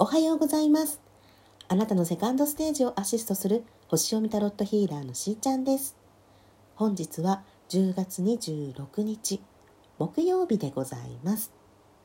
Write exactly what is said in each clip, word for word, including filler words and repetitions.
はようございます。あなたのセカンドステージをアシストする星読みタロットヒーラーのしーちゃんです。本日はじゅうがつにじゅうろくにち木曜日でございます。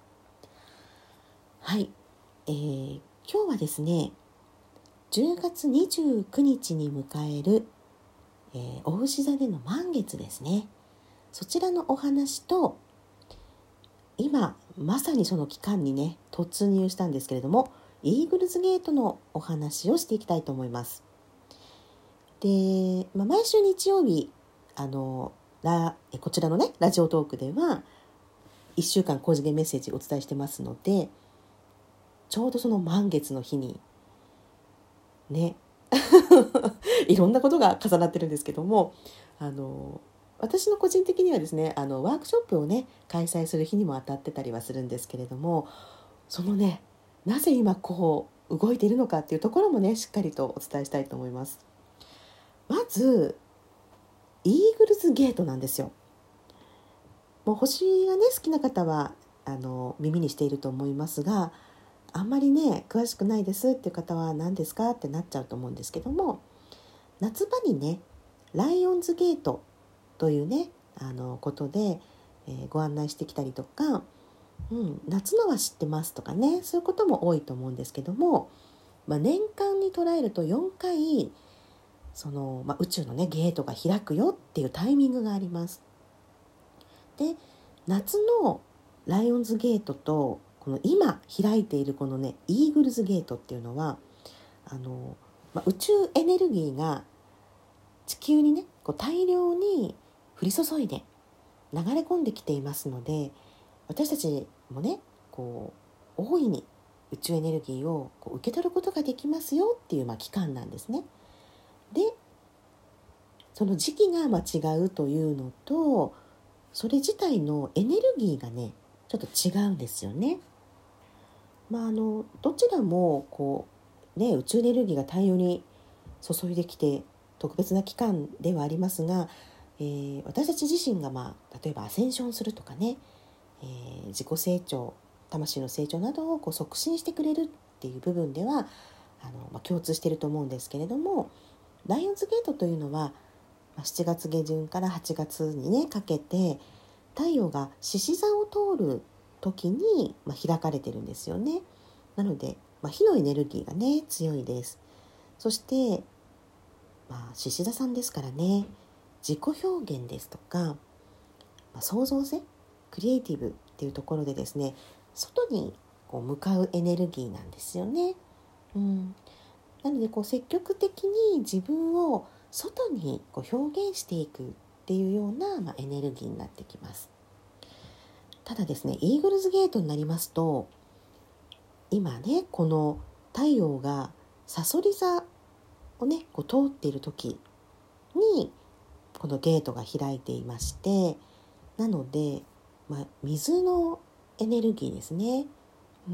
はい、えー、今日はですねじゅうがつにじゅうくにちに迎える、えー、お牛座での満月ですね。そちらのお話と、今まさにその期間にね突入したんですけれども、イーグルズゲートのお話をしていきたいと思います。で、まあ、毎週日曜日あのラこちらのねラジオトークではいっしゅうかん高次元メッセージお伝えしてますので、ちょうどその満月の日にねいろんなことが重なってるんですけども、あの私の個人的にはですねあのワークショップをね開催する日にも当たってたりはするんですけれども、そのねなぜ今こう動いているのかっていうところもねしっかりとお伝えしたいと思います。まずイーグルズゲートなんですよ。もう星がね好きな方はあの耳にしていると思いますが、あんまりね詳しくないですっていう方は何ですかってなっちゃうと思うんですけども、夏場にねライオンズゲートというねあのことで、えー、ご案内してきたりとか、うん、夏のは知ってますとかね、そういうことも多いと思うんですけども、まあ、年間に捉えるとよんかいその、まあ、宇宙のねゲートが開くよっていうタイミングがあります。で、夏のライオンズゲートとこの今開いているこのねイーグルズゲートっていうのはあの、まあ、宇宙エネルギーが地球にねこう大量に降り注いで流れ込んできていますので、私たちもねこう大いに宇宙エネルギーをこう受け取ることができますよっていう、まあ、期間なんですね。で、その時期がまあ違うというのと、それ自体のエネルギーがねちょっと違うんですよね。まあ、あのどちらもこう、ね、宇宙エネルギーが大量に注いできて特別な期間ではありますが、えー、私たち自身が、まあ、例えばアセンションするとかね、えー、自己成長、魂の成長などをこう促進してくれるっていう部分ではあの、まあ、共通していると思うんですけれども、ライオンズゲートというのはしちがつげじゅんからはちがつにねかけて太陽が獅子座を通る時に、まあ、開かれてるんですよね。なので、まあ、火のエネルギーがね強いです。そしてまあ獅子座さんですからね、自己表現ですとか、まあ、創造性、クリエイティブっていうところでですね外にこう向かうエネルギーなんですよね。うん、なのでこう積極的に自分を外にこう表現していくっていうような、まあ、エネルギーになってきます。ただですねイーグルズゲートになりますと、今ねこの太陽がさそり座をねこう通っている時にこのゲートが開いていまして、なので、まあ、水のエネルギーですね、うん、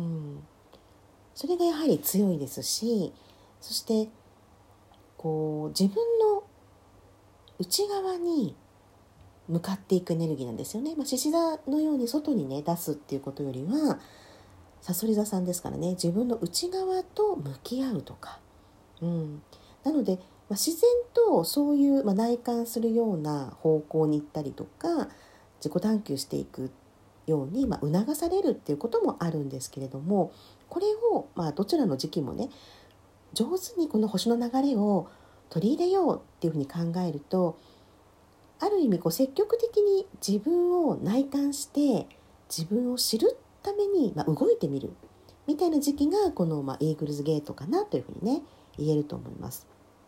それがやはり強いですし、そしてこう自分の内側に向かっていくエネルギーなんですよね。まあ、獅子座のように外にね出すっていうことよりは、さそり座さんですからね、自分の内側と向き合うとか、うん、なので、まあ、自然とそういう、まあ、内観するような方向に行ったりとか自己探求していくように、まあ、促されるっていうこともあるんですけれども、これを、まあ、どちらの時期もね上手にこの星の流れを取り入れようっていうふうに考えると、ある意味こう積極的に自分を内観して自分を知るために、まあ、動いてみるみたいな時期がこの、まあ、イーグルズゲートかなというふうにね言えると思います。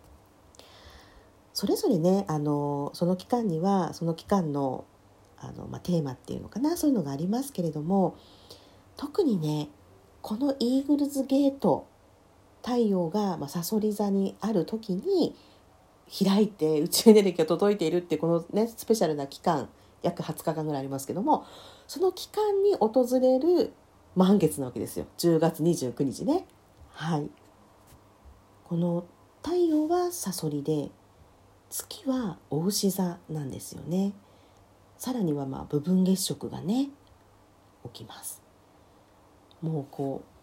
それぞれねあのその期間にはその期間の、あの、まあ、テーマっていうのかな、そういうのがありますけれども、特にねこのイーグルズゲート、太陽がさそり座にある時に開いて宇宙エネルギーが届いているっていうこのねスペシャルな期間、約はつかかんぐらいありますけども、その期間に訪れる満月なわけですよ。じゅうがつにじゅうくにちね。はい。この太陽はさそりで月は牡牛座なんですよね。さらにはまあ部分月食がね起きます。もうこ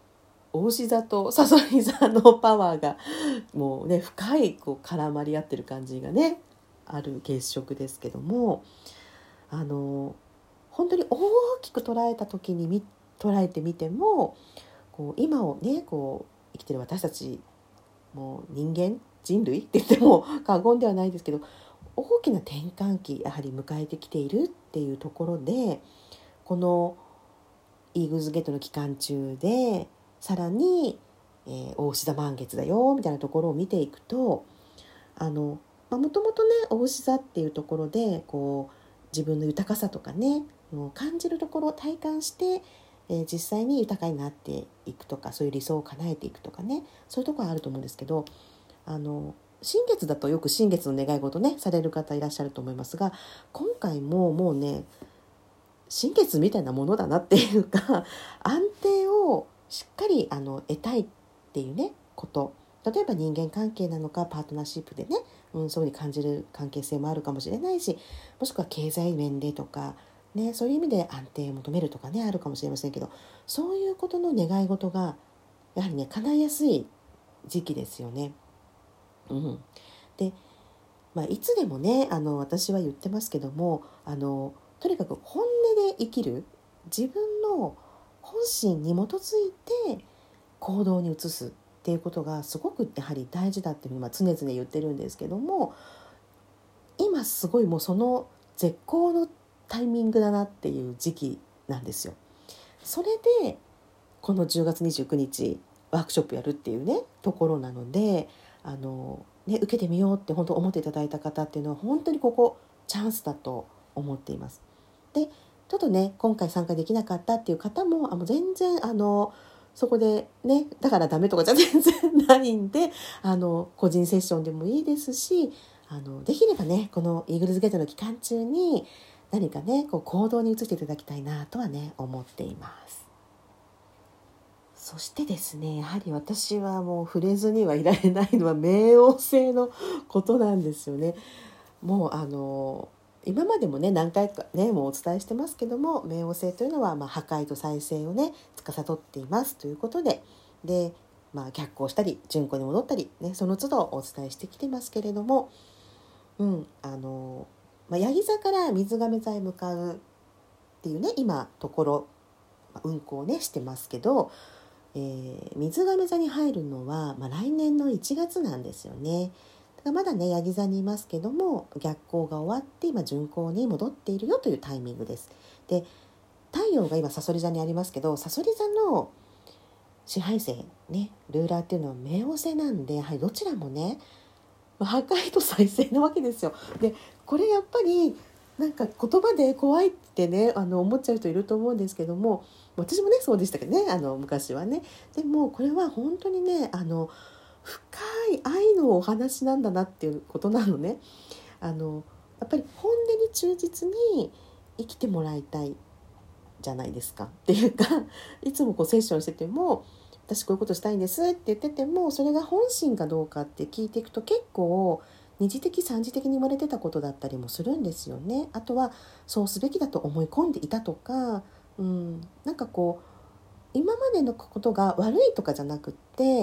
牡牛座とさそり座のパワーがもうね深いこう絡まり合ってる感じがねある月食ですけども、あの本当に大きく捉えた時に見捉えてみてもこう今をねこう生きてる私たちもう人間人類って言っても過言ではないですけど、大きな転換期やはり迎えてきているっていうところで、このイーグルズゲートの期間中でさらに、えー、大牛座満月だよみたいなところを見ていくと、あのもともとね大牛座っていうところでこう自分の豊かさとかね感じるところを体感して、えー、実際に豊かになっていくとか、そういう理想を叶えていくとかね、そういうところはあると思うんですけど、あの新月だとよく新月の願い事ねされる方いらっしゃると思いますが、今回ももうね新月みたいなものだなっていうか安定をしっかりあの得たいっていうねこと、例えば人間関係なのかパートナーシップでね、うん、そういうふうに感じる関係性もあるかもしれないし、もしくは経済面でとか、ね、そういう意味で安定を求めるとかねあるかもしれませんけど、そういうことの願い事がやはりね叶いやすい時期ですよね。うん、で、まあ、いつでもねあの私は言ってますけども、あのとにかく本音で生きる、自分の本心に基づいて行動に移すっていうことがすごくやはり大事だっていうふうにまあ常々言ってるんですけども、今すごいもうその絶好のタイミングだなっていう時期なんですよ。それでこのじゅうがつにじゅうくにちワークショップやるっていうねところなので、あの、ね、受けてみようって本当思っていただいた方っていうのは本当にここチャンスだと思っています。でちょっとね今回参加できなかったっていう方もあの全然あのそこでねだからダメとかじゃ全然ないんで、あの個人セッションでもいいですし、あのできればねこのイーグルズゲートの期間中に何かねこう行動に移していただきたいなとはね思っています。そしてですね、やはり私はもう触れずにはいられないのは冥王星のことなんですよね。もうあの今までもね何回かねもうお伝えしてますけども、冥王星というのはまあ破壊と再生をね司っていますということで、で、まあ、逆行したり順行に戻ったりね、その都度お伝えしてきてますけれども、うんあのまあ、ヤギ座から水亀座へ向かうっていうね今ところ、まあ、運行をねしてますけど、えー、水亀座に入るのは、まあ、来年のいちがつなんですよね。だからまだねヤギ座にいますけども、逆行が終わって今順行に戻っているよというタイミングです。で太陽が今さそり座にありますけど、さそり座の支配星ねルーラーっていうのは冥王星なんで、やはりどちらもね破壊と再生なわけですよ。でこれやっぱりなんか言葉で怖いってねあの思っちゃう人いると思うんですけども、私もねそうでしたけどね、あの昔はね。でもこれは本当にねあの深い愛のお話なんだなっていうことなのね。あのやっぱり本音に忠実に生きてもらいたいじゃないですかっていうか、いつもこうセッションしてても私こういうことしたいんですって言ってても、それが本心かどうかって聞いていくと結構二次的三次的に生まれてたことだったりもするんですよね。あとはそうすべきだと思い込んでいたとか、うん、なんかこう今までのことが悪いとかじゃなくって、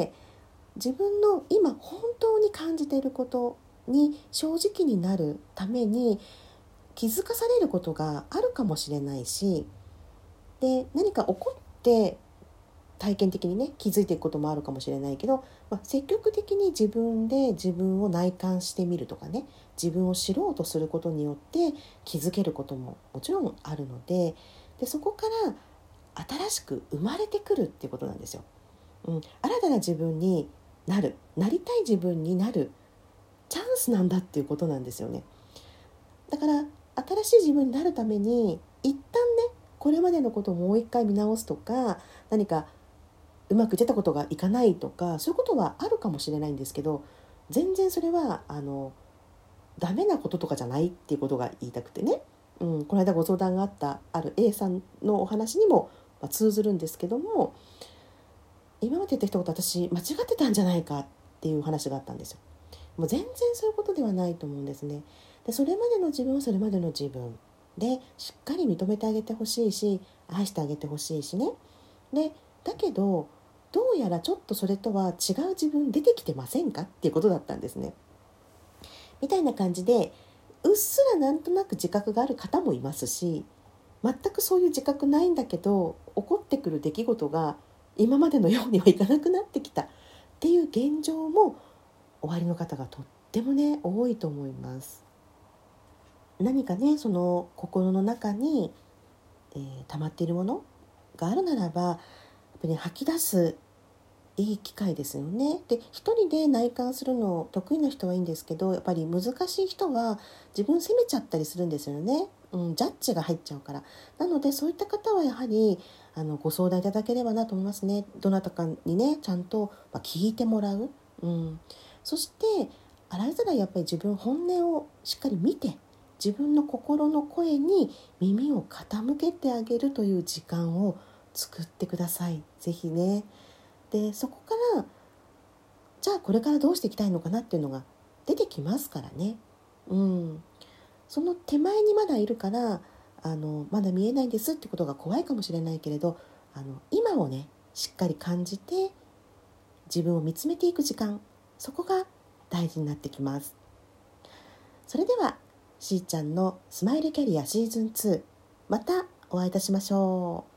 自分の今本当に感じていることに正直になるために気づかされることがあるかもしれないし、で何か起こって体験的にね気づいていくこともあるかもしれないけど、まあ、積極的に自分で自分を内観してみるとかね、自分を知ろうとすることによって気づけることももちろんあるので、でそこから新しく生まれてくるっていうことなんですよ。うん、新たな自分になる、なりたい自分になるチャンスなんだっていうことなんですよね。だから新しい自分になるために一旦ねこれまでのことをもう一回見直すとか、何かうまくいってたことがいかないとか、そういうことはあるかもしれないんですけど、全然それはあのダメなこととかじゃないっていうことが言いたくてね、うん、この間ご相談があったある A さんのお話にも通ずるんですけども、今まで言った一言私間違ってたんじゃないかっていう話があったんですよ。もう全然そういうことではないと思うんですね。でそれまでの自分はそれまでの自分でしっかり認めてあげてほしいし、愛してあげてほしいしね。でだけどどうやらちょっとそれとは違う自分出てきてませんかっていうことだったんですね。みたいな感じで、うっすらなんとなく自覚がある方もいますし、全くそういう自覚ないんだけど起こってくる出来事が今までのようにはいかなくなってきたっていう現状もおありの方がとってもね多いと思います。何かねその心の中に、えー、溜まっているものがあるならばやっぱり吐き出すいい機会ですよね。で、一人で内観するの得意な人はいいんですけど、やっぱり難しい人は自分責めちゃったりするんですよね。うん、ジャッジが入っちゃうから。なのでそういった方はやはりあのご相談いただければなと思いますね。どなたかにねちゃんと、まあ、聞いてもらう。うん、そしてあらゆるやっぱり自分本音をしっかり見て、自分の心の声に耳を傾けてあげるという時間を作ってください。ぜひね。でそこからじゃあこれからどうしていきたいのかなっていうのが出てきますからね。うん、その手前にまだいるからあのまだ見えないんですってことが怖いかもしれないけれど、あの今をねしっかり感じて自分を見つめていく時間、そこが大事になってきます。それではしーちゃんのスマイルキャリアシーズンツー、またお会いいたしましょう。